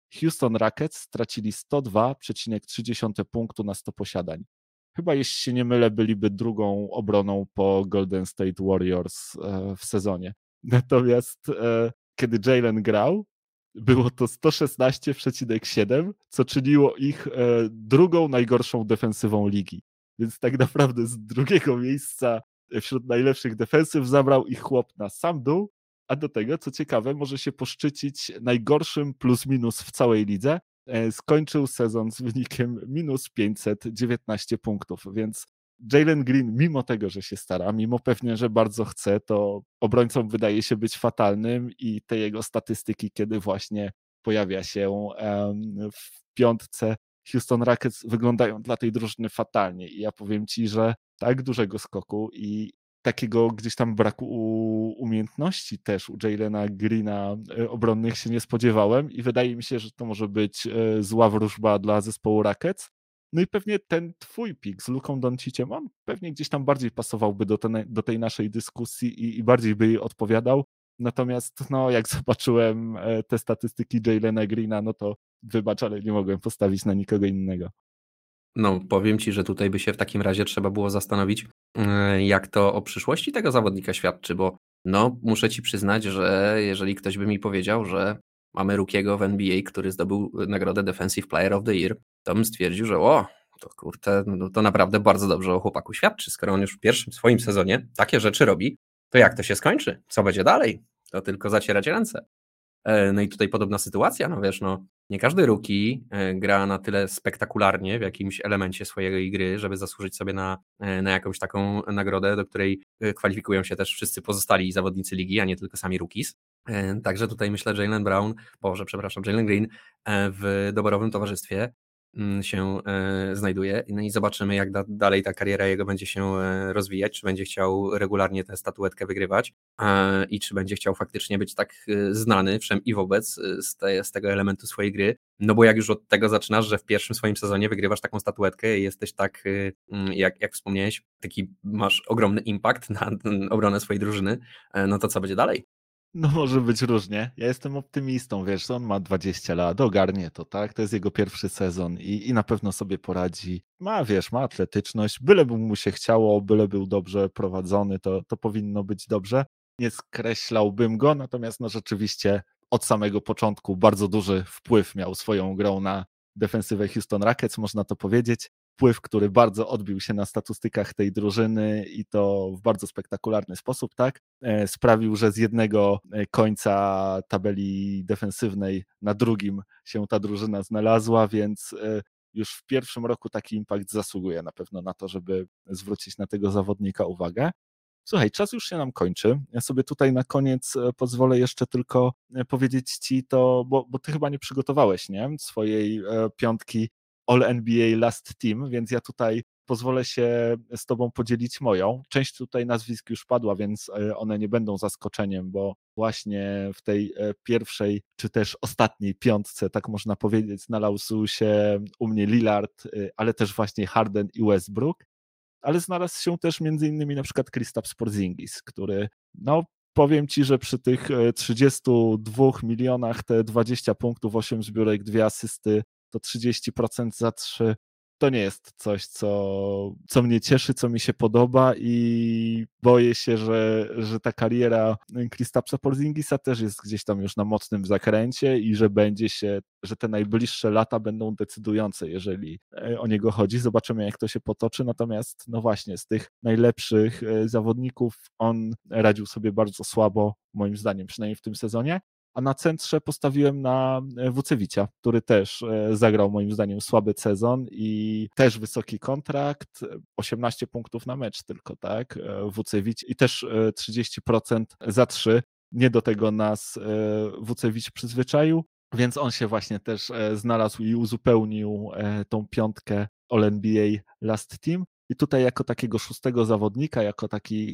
Houston Rockets stracili 102,3 punktu na 100 posiadań. Chyba, jeśli się nie mylę, byliby drugą obroną po Golden State Warriors w sezonie. Natomiast kiedy Jalen grał, było to 116,7, co czyniło ich drugą najgorszą defensywą ligi. Więc tak naprawdę z drugiego miejsca wśród najlepszych defensyw zabrał ich chłop na sam dół, a do tego, co ciekawe, może się poszczycić najgorszym plus-minus w całej lidze. Skończył sezon z wynikiem minus 519 punktów, więc Jalen Green, mimo tego, że się stara, mimo pewnie, że bardzo chce, to obrońcą wydaje się być fatalnym i te jego statystyki, kiedy właśnie pojawia się w piątce Houston Rockets, wyglądają dla tej drużyny fatalnie. I ja powiem ci, że tak dużego skoku i takiego gdzieś tam braku umiejętności też u Jalena Greena obronnych się nie spodziewałem i wydaje mi się, że to może być zła wróżba dla zespołu Rockets. No i pewnie ten twój pik z Luką Donciciem, on pewnie gdzieś tam bardziej pasowałby do tej naszej dyskusji i bardziej by jej odpowiadał. Natomiast no, jak zobaczyłem te statystyki Jalena Greena, no to wybacz, ale nie mogłem postawić na nikogo innego. No, powiem ci, że tutaj by się w takim razie trzeba było zastanowić, jak to o przyszłości tego zawodnika świadczy, bo no, muszę ci przyznać, że jeżeli ktoś by mi powiedział, że mamy rookiego w NBA, który zdobył nagrodę Defensive Player of the Year, to bym stwierdził, że to kurczę, no to naprawdę bardzo dobrze o chłopaku świadczy. Skoro on już w pierwszym swoim sezonie takie rzeczy robi, to jak to się skończy? Co będzie dalej? To tylko zacierać ręce. No i tutaj podobna sytuacja, no wiesz, no nie każdy rookie gra na tyle spektakularnie w jakimś elemencie swojej gry, żeby zasłużyć sobie na jakąś taką nagrodę, do której kwalifikują się też wszyscy pozostali zawodnicy ligi, a nie tylko sami rookies. Także tutaj myślę, Jalen Green w doborowym towarzystwie się znajduje. No i zobaczymy, jak dalej ta kariera jego będzie się rozwijać, czy będzie chciał regularnie tę statuetkę wygrywać i czy będzie chciał faktycznie być tak znany wszem i wobec z tego elementu swojej gry. No bo jak już od tego zaczynasz, że w pierwszym swoim sezonie wygrywasz taką statuetkę i jesteś tak, jak wspomniałeś, taki masz ogromny impact na obronę swojej drużyny, no to co będzie dalej? No może być różnie. Ja jestem optymistą, wiesz, on ma 20 lat, ogarnie to, tak? To jest jego pierwszy sezon i na pewno sobie poradzi. Ma, wiesz, ma atletyczność, byleby mu się chciało, byle był dobrze prowadzony, to powinno być dobrze. Nie skreślałbym go, natomiast no rzeczywiście od samego początku bardzo duży wpływ miał swoją grą na defensywę Houston Rockets, można to powiedzieć. Wpływ, który bardzo odbił się na statystykach tej drużyny i to w bardzo spektakularny sposób, tak? Sprawił, że z jednego końca tabeli defensywnej na drugim się ta drużyna znalazła, więc już w pierwszym roku taki impact zasługuje na pewno na to, żeby zwrócić na tego zawodnika uwagę. Słuchaj, czas już się nam kończy. Ja sobie tutaj na koniec pozwolę jeszcze tylko powiedzieć ci to, bo ty chyba nie przygotowałeś, nie? Swojej piątki All NBA Last Team, więc ja tutaj pozwolę się z tobą podzielić moją. Część tutaj nazwisk już padła, więc one nie będą zaskoczeniem, bo właśnie w tej pierwszej, czy też ostatniej piątce, tak można powiedzieć, znalazł się u mnie Lillard, ale też właśnie Harden i Westbrook, ale znalazł się też między innymi na przykład Kristaps Porzingis, który, no powiem ci, że przy tych 32 milionach te 20 punktów, 8 zbiórek, 2 asysty, to 30% za 3, to nie jest coś, co mnie cieszy, co mi się podoba i boję się, że ta kariera Kristapsa Porzingisa też jest gdzieś tam już na mocnym zakręcie i że te najbliższe lata będą decydujące, jeżeli o niego chodzi. Zobaczymy, jak to się potoczy, natomiast no właśnie, z tych najlepszych zawodników on radził sobie bardzo słabo, moim zdaniem, przynajmniej w tym sezonie. A na centrze postawiłem na Wucevicia, który też zagrał moim zdaniem słaby sezon i też wysoki kontrakt, 18 punktów na mecz tylko, tak? Wucevic i też 30% za 3. Nie do tego nas Wucevic przyzwyczaił, więc on się właśnie też znalazł i uzupełnił tą piątkę All NBA Last Team. I tutaj jako takiego szóstego zawodnika, jako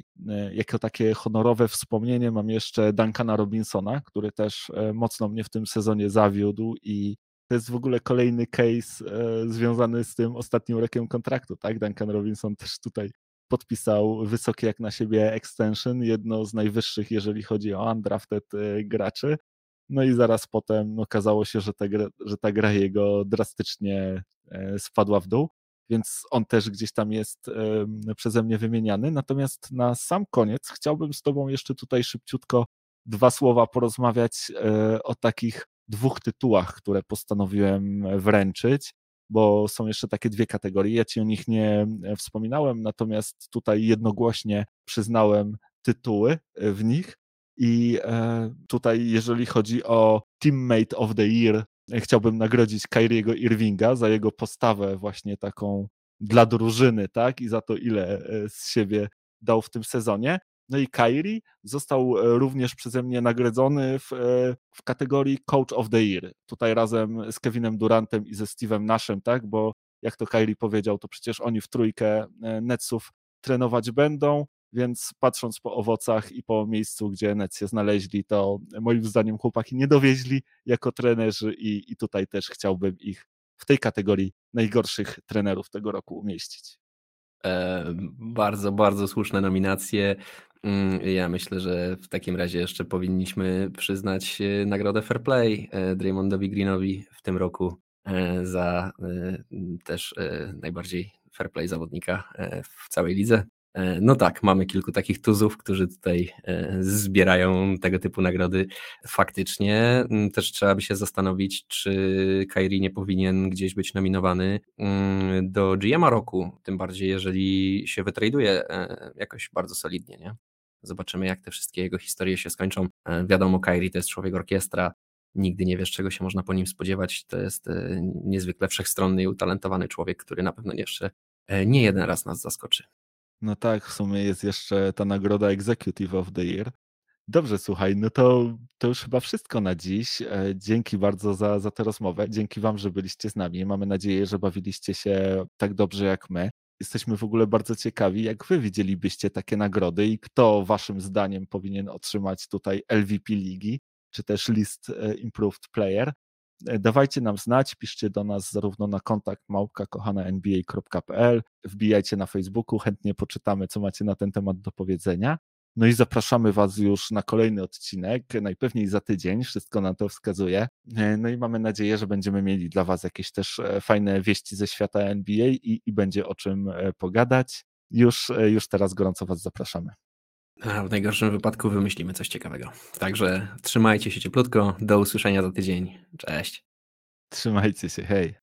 takie honorowe wspomnienie mam jeszcze Duncana Robinsona, który też mocno mnie w tym sezonie zawiódł i to jest w ogóle kolejny case związany z tym ostatnim rokiem kontraktu, tak? Duncan Robinson też tutaj podpisał wysokie jak na siebie extension, jedno z najwyższych, jeżeli chodzi o undrafted graczy. no i zaraz potem okazało się, że ta gra jego drastycznie spadła w dół, więc on też gdzieś tam jest przeze mnie wymieniany. Natomiast na sam koniec chciałbym z tobą jeszcze tutaj szybciutko 2 słowa porozmawiać o takich 2 tytułach, które postanowiłem wręczyć, bo są jeszcze takie 2 kategorie. Ja ci o nich nie wspominałem, natomiast tutaj jednogłośnie przyznałem tytuły w nich. I tutaj, jeżeli chodzi o Teammate of the Year, chciałbym nagrodzić Kyriego Irvinga za jego postawę właśnie taką dla drużyny, tak? I za to, ile z siebie dał w tym sezonie. No i Kyrie został również przeze mnie nagrodzony w kategorii Coach of the Year. Tutaj razem z Kevinem Durantem i ze Steve'em Nashem, tak? Bo jak to Kyrie powiedział, to przecież oni w trójkę Netsów trenować będą, więc patrząc po owocach i po miejscu, gdzie Nets się znaleźli, to moim zdaniem chłopaki nie dowieźli jako trenerzy i tutaj też chciałbym ich w tej kategorii najgorszych trenerów tego roku umieścić. Bardzo, bardzo słuszne nominacje. Ja myślę, że w takim razie jeszcze powinniśmy przyznać nagrodę Fair Play Draymondowi Greenowi w tym roku za też najbardziej fair play zawodnika w całej lidze. No tak, mamy kilku takich tuzów, którzy tutaj zbierają tego typu nagrody. Faktycznie też trzeba by się zastanowić, czy Kyrie nie powinien gdzieś być nominowany do GM-a roku, tym bardziej jeżeli się wytraduje jakoś bardzo solidnie, nie? Zobaczymy, jak te wszystkie jego historie się skończą. Wiadomo, Kyrie to jest człowiek orkiestra, nigdy nie wiesz, czego się można po nim spodziewać. To jest niezwykle wszechstronny i utalentowany człowiek, który na pewno jeszcze nie jeden raz nas zaskoczy. No tak, w sumie jest jeszcze ta nagroda Executive of the Year. Dobrze, słuchaj, no to już chyba wszystko na dziś. Dzięki bardzo za tę rozmowę. Dzięki wam, że byliście z nami. Mamy nadzieję, że bawiliście się tak dobrze jak my. Jesteśmy w ogóle bardzo ciekawi, jak wy widzielibyście takie nagrody i kto waszym zdaniem powinien otrzymać tutaj LVP ligi, czy też List Improved Player. Dawajcie nam znać, piszcie do nas zarówno na kontakt @kochana_nba.pl, wbijajcie na Facebooku, chętnie poczytamy, co macie na ten temat do powiedzenia. No i zapraszamy Was już na kolejny odcinek, najpewniej za tydzień, wszystko na to wskazuje. No i mamy nadzieję, że będziemy mieli dla Was jakieś też fajne wieści ze świata NBA i będzie o czym pogadać. Już teraz gorąco Was zapraszamy. A w najgorszym wypadku wymyślimy coś ciekawego. Także trzymajcie się cieplutko, do usłyszenia za tydzień. Cześć. Trzymajcie się, hej.